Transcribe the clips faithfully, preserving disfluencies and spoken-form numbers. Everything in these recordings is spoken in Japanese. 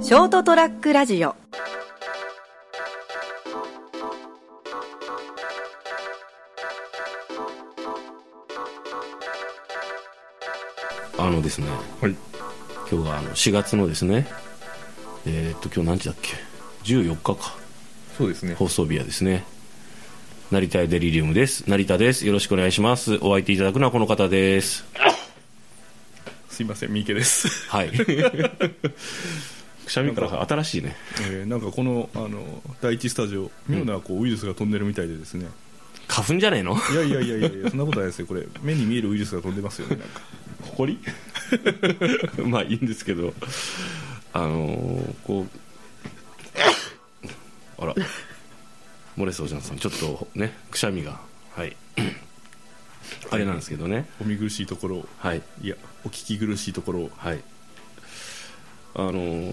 ショートトラックラジオ。 あのですね、 はい、 今日があのしがつのですね、えー、っと今日何時だっけ、じゅうよっかか。 そうですね、 放送日はですね、成田デリリウムです。成田です。よろしくお願いします。お相手いただくのはこの方です。 すいません、三池です。 はいくしゃみから新しいね。 えー、なんかこの、あの第一スタジオ、妙なこうウイルスが飛んでるみたいでですね、うん、 花粉じゃねえの？ いやいやいやいやいや、そんなことないですよ。これ目に見えるウイルスが飛んでますよね。なんかほこりまあいいんですけど、あのー、こうあら漏れそうじゃんさん、ちょっとねくしゃみが、はいあれなんですけどね、 お見苦しいところを、 はい、 いやお聞き苦しいところを、 はい、あのー、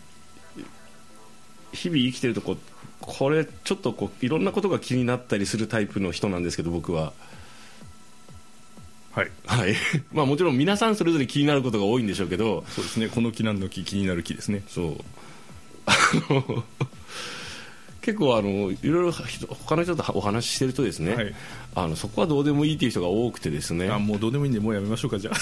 日々生きてるとここれちょっとこういろんなことが気になったりするタイプの人なんですけど、僕ははい、 はい、まあもちろん皆さんそれぞれ気になることが多いんでしょうけど、 そうですね、この木何の木、気になる木ですね。 そうあの結構あのいろいろ他の人とお話ししてるとですね、はい、あのそこはどうでもいいっていう人が多くてですね、 あもうどうでもいいんでもうやめましょうか、じゃ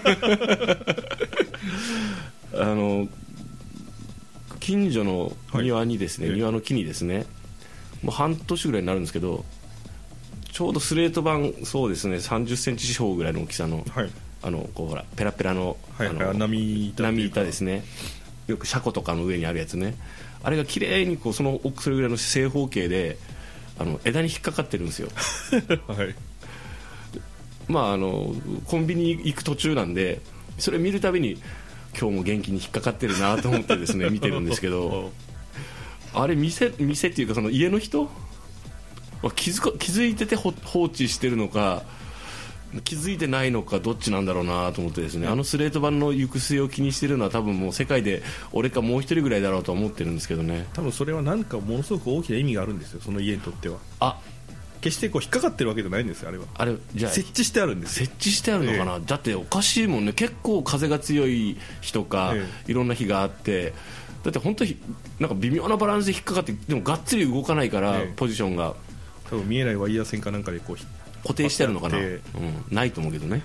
ああの近所の庭にですね、はい、庭の木にですね、もう半年ぐらいになるんですけど、ちょうどスレート板、そうですねさんじゅっセンチ四方ぐらいの大きさの、はい、あのこうほらペラペラの、 はいはい、あの波板波板ですね、よく車庫とかの上にあるやつね、あれが綺麗にこうそのそれぐらいの正方形であの枝に引っかかってるんですよはい、まああのコンビニ行く途中なんで、それ見るたびに今日も元気に引っかかってるなと思ってですね見てるんですけどあれ 店, 店っていうかその家の人気 づ, か気づいてて放置してるのか気づいてないのかどっちなんだろうなと思ってですね、あのスレート板の行く末を気にしてるのは多分もう世界で俺かもう一人ぐらいだろうと思ってるんですけどね。 多分それは何かものすごく大きな意味があるんですよ、その家にとっては。あ決してこう引っかかってるわけじゃないんですよ、あれは。あれじゃあ設置してあるんです。 設置してあるのかな、ええ、だっておかしいもんね、結構風が強い日とか、ええ、いろんな日があって、だって本当になんか微妙なバランスで引っかかって、でもがっつり動かないから、ええ、ポジションが多分見えないワイヤー線かなんかでこう固定してあるのかな、うん、ないと思うけどね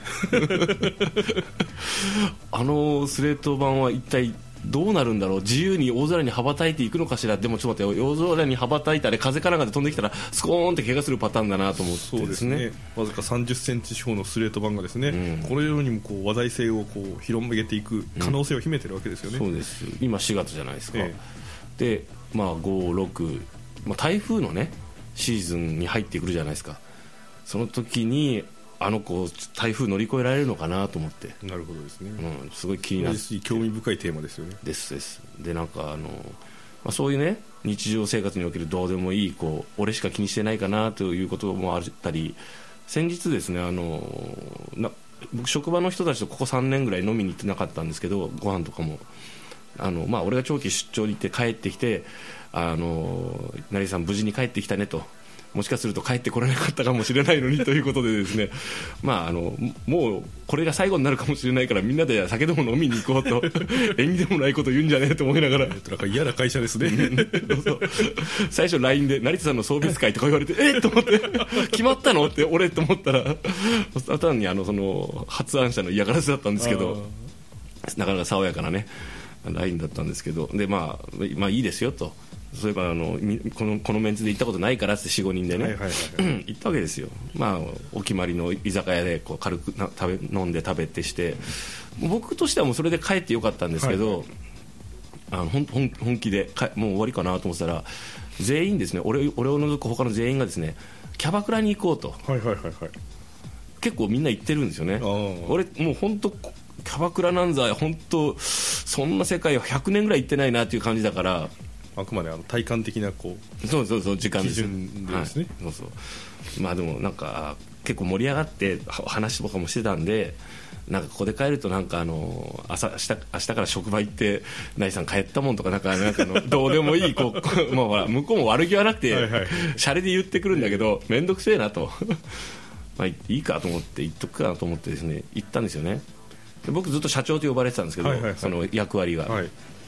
あのスレート板は一体どうなるんだろう、自由に大空に羽ばたいていくのかしら。でもちょっと待って、大空に羽ばたいてあれ風かなんかで飛んできたらスコーンって怪我するパターンだなと思ってですね。そうですね、 わずかさんじゅっセンチ四方のスレート板がですね、うん、このようにもこう話題性をこう広げていく可能性を秘めてるわけですよね、 うん、そうです。今しがつじゃないですか、ええ、で、まあ、ご、ろく、まあ、台風のねシーズンに入ってくるじゃないですか。その時にあの子台風乗り越えられるのかなと思って。 なるほどですね、 うん、すごい気になって興味深いテーマですよね。 ですですでなんかあの、まあ、そういうね日常生活におけるどうでもいいこう俺しか気にしてないかなということもあったり、先日ですね、あのな僕職場の人たちとここさんねんぐらい飲みに行ってなかったんですけど、ご飯とかもあの、まあ、俺が長期出張に行って帰ってきて、あの成井さん無事に帰ってきたねと、もしかすると帰ってこれなかったかもしれないのにということでですねまああのもうこれが最後になるかもしれないからみんなで酒でも飲みに行こうと縁起でもないこと言うんじゃねえと思いながらなんか嫌な会社ですねそうそう最初 ライン で成田さんの送別会とか言われてえっと思って決まったのって俺と思ったら単にあのその発案者の嫌がらせだったんですけど、なかなか爽やかなね ライン だったんですけど、で、まあ、まあいいですよと、そういえばあのこの、このメンツで行ったことないからって よん、ごにんでね、はいはいはいはい、行ったわけですよ。まあ、お決まりの居酒屋でこう軽くな食べ飲んで食べてして、僕としてはもうそれで帰ってよかったんですけど、はいはい、あの 本, 本気でかもう終わりかなと思ってたら全員ですね、 俺, 俺を除く他の全員がですねキャバクラに行こうと、 はいはいはいはい、 結構みんな行ってるんですよね。俺もう本当キャバクラなんざ本当そんな世界をひゃくねんぐらい行ってないなっていう感じだから、 あくまであの体感的なこうそうそうそう時間です基準ですね、 はい、そうそう、まあでもなんか結構盛り上がって話とかもしてたんで、なんかここで帰るとなんかあの 朝明日、明日から職場行ってナイさん帰ったもんとかなんかなんかのどうでもいいこうもうほら向こうも悪気はなくてはい、はい、 シャレで言ってくるんだけど面倒くせえなとまあいいかと思って言っとくかなと思ってですね行ったんですよね。で僕ずっと社長と呼ばれてたんですけど、はいはいはい、その役割が、はい、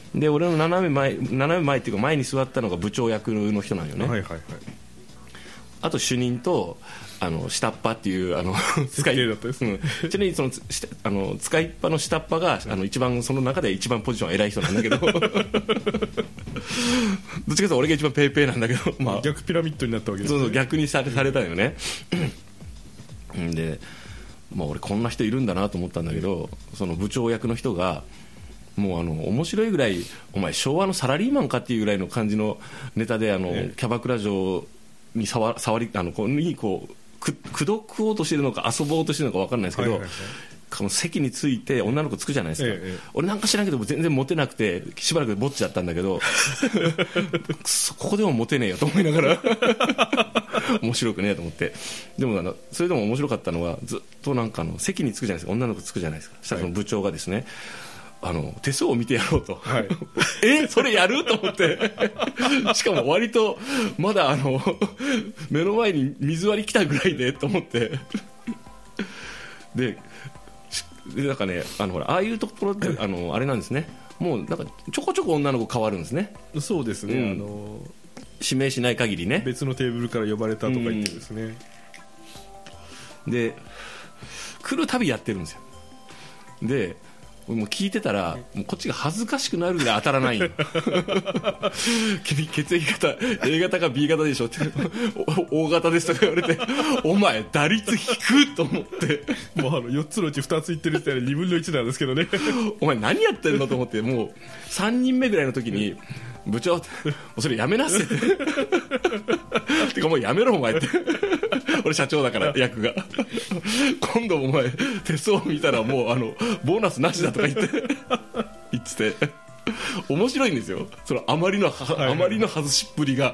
で俺の斜め前斜め前っていうか前に座ったのが部長役の人なんよね、 はいはいはい、 あと主任とあの下っ端っていうあの使いだったです、 うん、ちなみにそのあの使いっ端の下っ端が、うん、あの一番その中で一番ポジションが偉い人なんだけどどっちかというと俺が一番ペイペイなんだけど、まあ、 逆ピラミッドになったわけですね。 そうそう逆にされ、されたよねで、まあ、俺こんな人いるんだなと思ったんだけど、その部長役の人がもうあの面白いぐらいお前昭和のサラリーマンかっていうぐらいの感じのネタであの、ええ、キャバクラ嬢に触りあのこうにこうく口説こうとしてるのか遊ぼうとしてるのか分かんないですけど、はいはいはい、この席について女の子つくじゃないですか、ええ、俺なんか知らんけど全然モテなくてしばらくぼっちだったんだけどここでもモテねえよと思いながら面白くねえと思って、でもあのそれでも面白かったのはずっとなんかあの席につくじゃないですか、女の子つくじゃないですか、そしたらその部長がですね、はい、あの手相を見てやろうと、はい、えそれやると思ってしかも割とまだあの目の前に水割り来たぐらいでと思ってででなんかねあのほらああいうところってあのあれなんですね、もうなんかちょこちょこ女の子変わるんですね。 そうですね、うん、あの指名しない限りね、 別のテーブルから呼ばれたとか言ってですね、 うん、で来るたびやってるんですよ。でもう聞いてたらもうこっちが恥ずかしくなるぐらい当たらないよ君血液型 A 型か B 型でしょってO 型ですとか言われてお前打率低くと思ってもうあのよっつのうちふたついってるってにぶんのいちなんですけどねお前何やってんのと思って、もうさんにんめぐらいの時に部長それやめなっせっててかもうやめろお前って俺社長だから役が今度お前手相見たらもうあのボーナスなしだとか言って言ってて面白いんですよ、そのあまりの、はいはい、あまりの外しっぷりが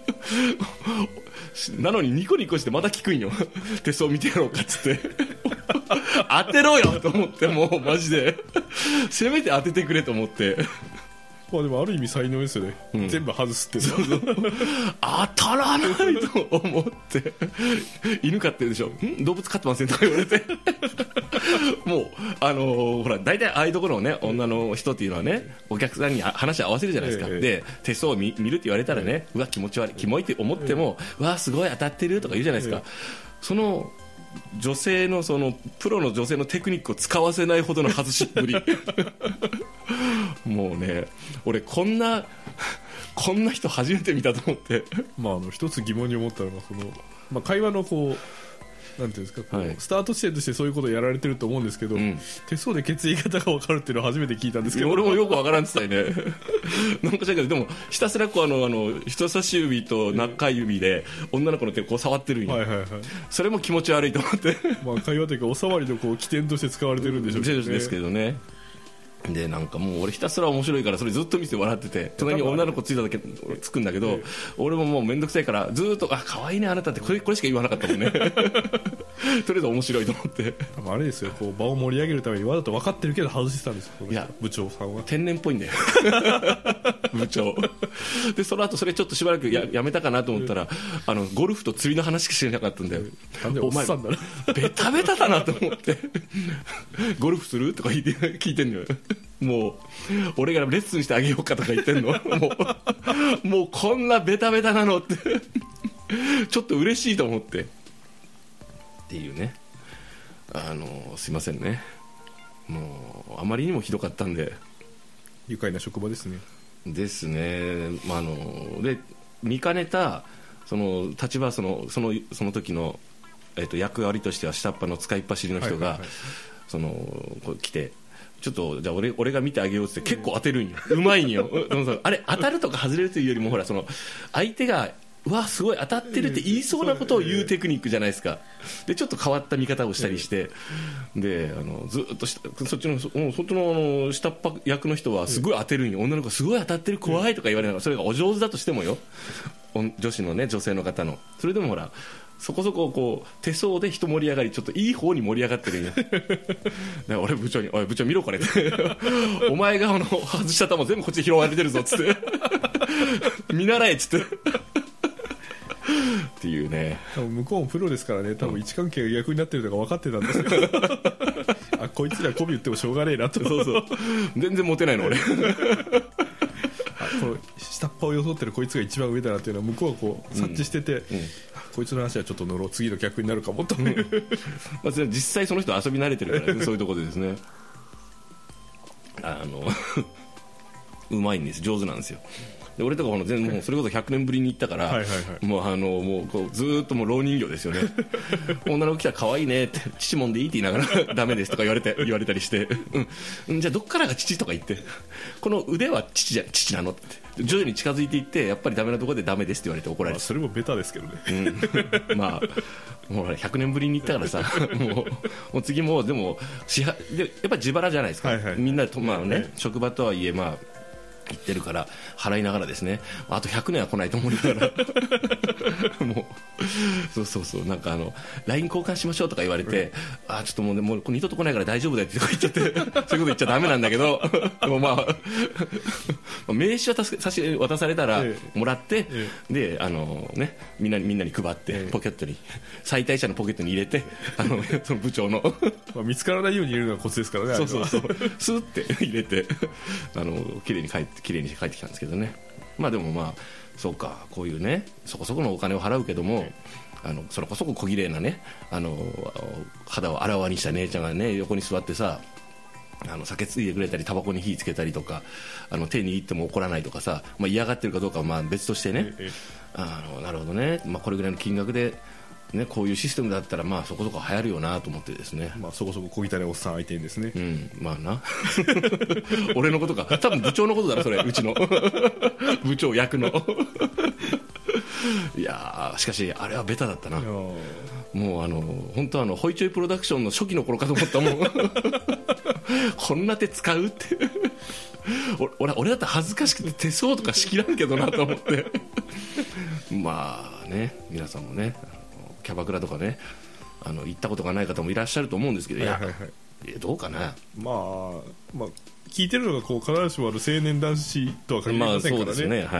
なのにニコニコしてまた聞くんよ手相見てやろうかっつって当てろよと思って、もうマジでせめて当ててくれと思って。 まあでもある意味才能ですよね、うん、全部外すっていうのはそうそう当たらないと思って犬飼ってるでしょ、ん動物飼ってませんとか言われてもうあのー、ほら大体ああいうところのね女の人っていうのはねお客さんに話合わせるじゃないですか、ええ、で手相を 見, 見るって言われたらね、ええ、うわ気持ち悪いキモいって思っても、ええ、うわすごい当たってるとか言うじゃないですか、ええ、その女性のそのプロの女性のテクニックを使わせないほどの外しっぷりもうね俺こんなこんな人初めて見たと思って、 まあ、あの一つ疑問に思ったのがその、まあ、会話のこうなんていうんですか、はい、スタート地点としてそういうことをやられてると思うんですけど、うん、手相で血液型が分かるっていうのは初めて聞いたんですけど、 俺もよく分からんって言ったよねなんかしらけどでもひたすらこうあのあの人差し指と中指で女の子の手をこう触ってるんよ、はいはいはい、それも気持ち悪いと思ってまあ会話というかお触りのこう起点として使われてるんでしょうけどね。 ですけどね。でなんかもう俺ひたすら面白いからそれずっと見てて笑ってて、隣に女の子ついただけつくんだけど、俺ももうめんどくさいからずっとあ可愛いねあなたってこれこれしか言わなかったもんねとりあえず面白いと思って。 多分あれですよ、こう場を盛り上げるためにわざと分かってるけど外してたんですよ。いや部長さんは天然っぽいんだよ部長でその後それちょっとしばらく や, やめたかなと思ったらあのゴルフと釣りの話しかしなかったんだよ。 なんでおっさんだなベタベタだなと思ってゴルフするとか聞いて聞いてんのよ。もう俺がレッスンしてあげようかとか言ってんのもう、もうこんなベタベタなのってちょっと嬉しいと思ってっていうね。あのすいませんね、もうあまりにもひどかったんで。 愉快な職場ですね。 ですね、まあ、あので見かねたその立場そのそのその時の、えー、と役割としては下っ端の使いっ走りの人が、はいはいはい、そのこう来てちょっとじゃあ 俺, 俺が見てあげようって結構当てるんよ、うまいんよあれ当たるとか外れるというよりもほらその相手がうわすごい当たってるって言いそうなことを言うテクニックじゃないですか。でちょっと変わった見方をしたりして、であのずっとそっちのそっちのあの下っ端役の人はすごい当てるんよ。女の子すごい当たってる怖いとか言われながら、それがお上手だとしてもよ、女子のね女性の方のそれでもほらそこそここう手相で人盛り上がりちょっといい方に盛り上がってるんやだから俺部長におい部長見ろこれお前があの外した球全部こっちで拾われてるぞっつって見習えっつってっていうね。 多分向こうもプロですからね、多分位置関係が逆になってるのが分かってたんですよあこいつら媚び言ってもしょうがねえなとそうそう全然モテないの俺この下っ端を装ってるこいつが一番上だなっていうのは向こうはこう察知してて、うんうん、こいつの話はちょっと乗ろう、次の客になるかもと、うん、 まあ実際その人遊び慣れてるから、ね、そういうところでですねあのうまいんです、上手なんですよ。で俺とかこの全もうそれこそひゃくねんぶりに行ったから、はいはいはい、もうあのもうこうずーっともう老人形ですよね女の子来たら可愛いねって父もんでいいって言いながらダメですとか言われて言われたりして、うん、じゃあどっからが父とか言ってこの腕は父じゃ父なのって徐々に近づいていってやっぱりダメなところでダメですって言われて怒られて、まあ、 それもベタですけどね、 うん、まあもうひゃくねんぶりに行ったからさもう、もう次もでもしはでやっぱり自腹じゃないですか、はいはい、みんなとまあね、はい、職場とはいえまあ言ってるから払いながらですね、あとひゃくねんは来ないと思いながらもうそうそうそうなんかあの ライン 交換しましょうとか言われて、うん、あちょっともう、ね、もう二度と来ないから大丈夫だよって言っちゃってそういうこと言っちゃダメなんだけどでもまあ名刺は差し渡されたらもらって、ええ、であのねみんなにみんなに配って、ええ、ポケットに最大者のポケットに入れてあのその部長のまあ見つからないように入れるのがコツですからね。 そうそうそうスーって入れてあの綺麗に帰って綺麗に帰ってきたんですけどね。まあでもまあそうかこういうねそこそこのお金を払うけども、ええ、あのそれこそ小綺麗なねあの肌をあらわにした姉ちゃんがね横に座ってさあの酒ついでくれたりタバコに火つけたりとかあの手握っても怒らないとかさ、まあ、嫌がってるかどうかはまあ別としてね、ええ、あのなるほどね、まあ、これぐらいの金額でね、こういうシステムだったらまあそこそこ流行るよなと思ってですね、 まあ、そこそこ小汚いおっさん相手にですね、 うん、まあな俺のことか多分部長のことだろそれうちの部長役のいやしかしあれはベタだったな。もうあの本当あのホイチョイプロダクションの初期の頃かと思ったもんこんな手使うって俺, 俺だって恥ずかしくて手相とかしきらんけどなと思ってまあね皆さんもねキャバクラとかねあの行ったことがない方もいらっしゃると思うんですけど、はいはいはい、いやどうかな、 まあ、まあ聞いてるのがこう必ずしもある青年男子とは限りませんからね、まあそうですね、はい、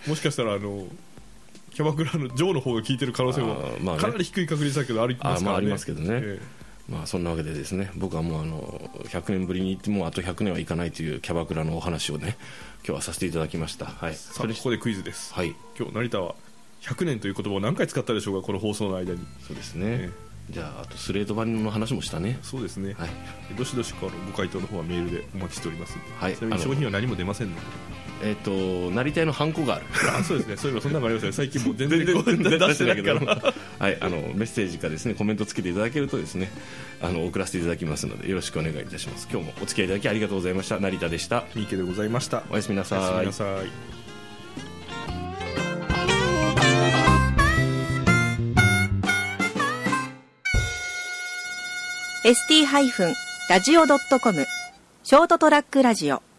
もしかしたらあのキャバクラのジョーの方が聞いてる可能性もかなり低い確率だけどありますからね。あ、まあ、ありますけどね、ええ、まあ、そんなわけでですね僕はもうあのひゃくねんぶりに行ってもうあとひゃくねんはいかないというキャバクラのお話をね今日はさせていただきました、はい、さあここでクイズです、はい、今日成田はひゃくねんという言葉を何回使ったでしょうかこの放送の間に。そうですね、えー、じゃああとスレート版の話もしたね。そうですね、はい、どしどしご回答の方はメールでお待ちしております、はい、ちなみに商品は何も出ませんので、えー、と成田屋のハンコがあるあそうですねそういえばそんなのがありますね最近もう全然出してないけどはい、あのメッセージかですねコメントつけていただけるとですねあの送らせていただきますのでよろしくお願いいたします。今日もお付き合いいただきありがとうございました。成田でした。三池でございました。おやすみなさい。おやすみなさい。 エスティー ラジオ ドットコム ショートトラックラジオ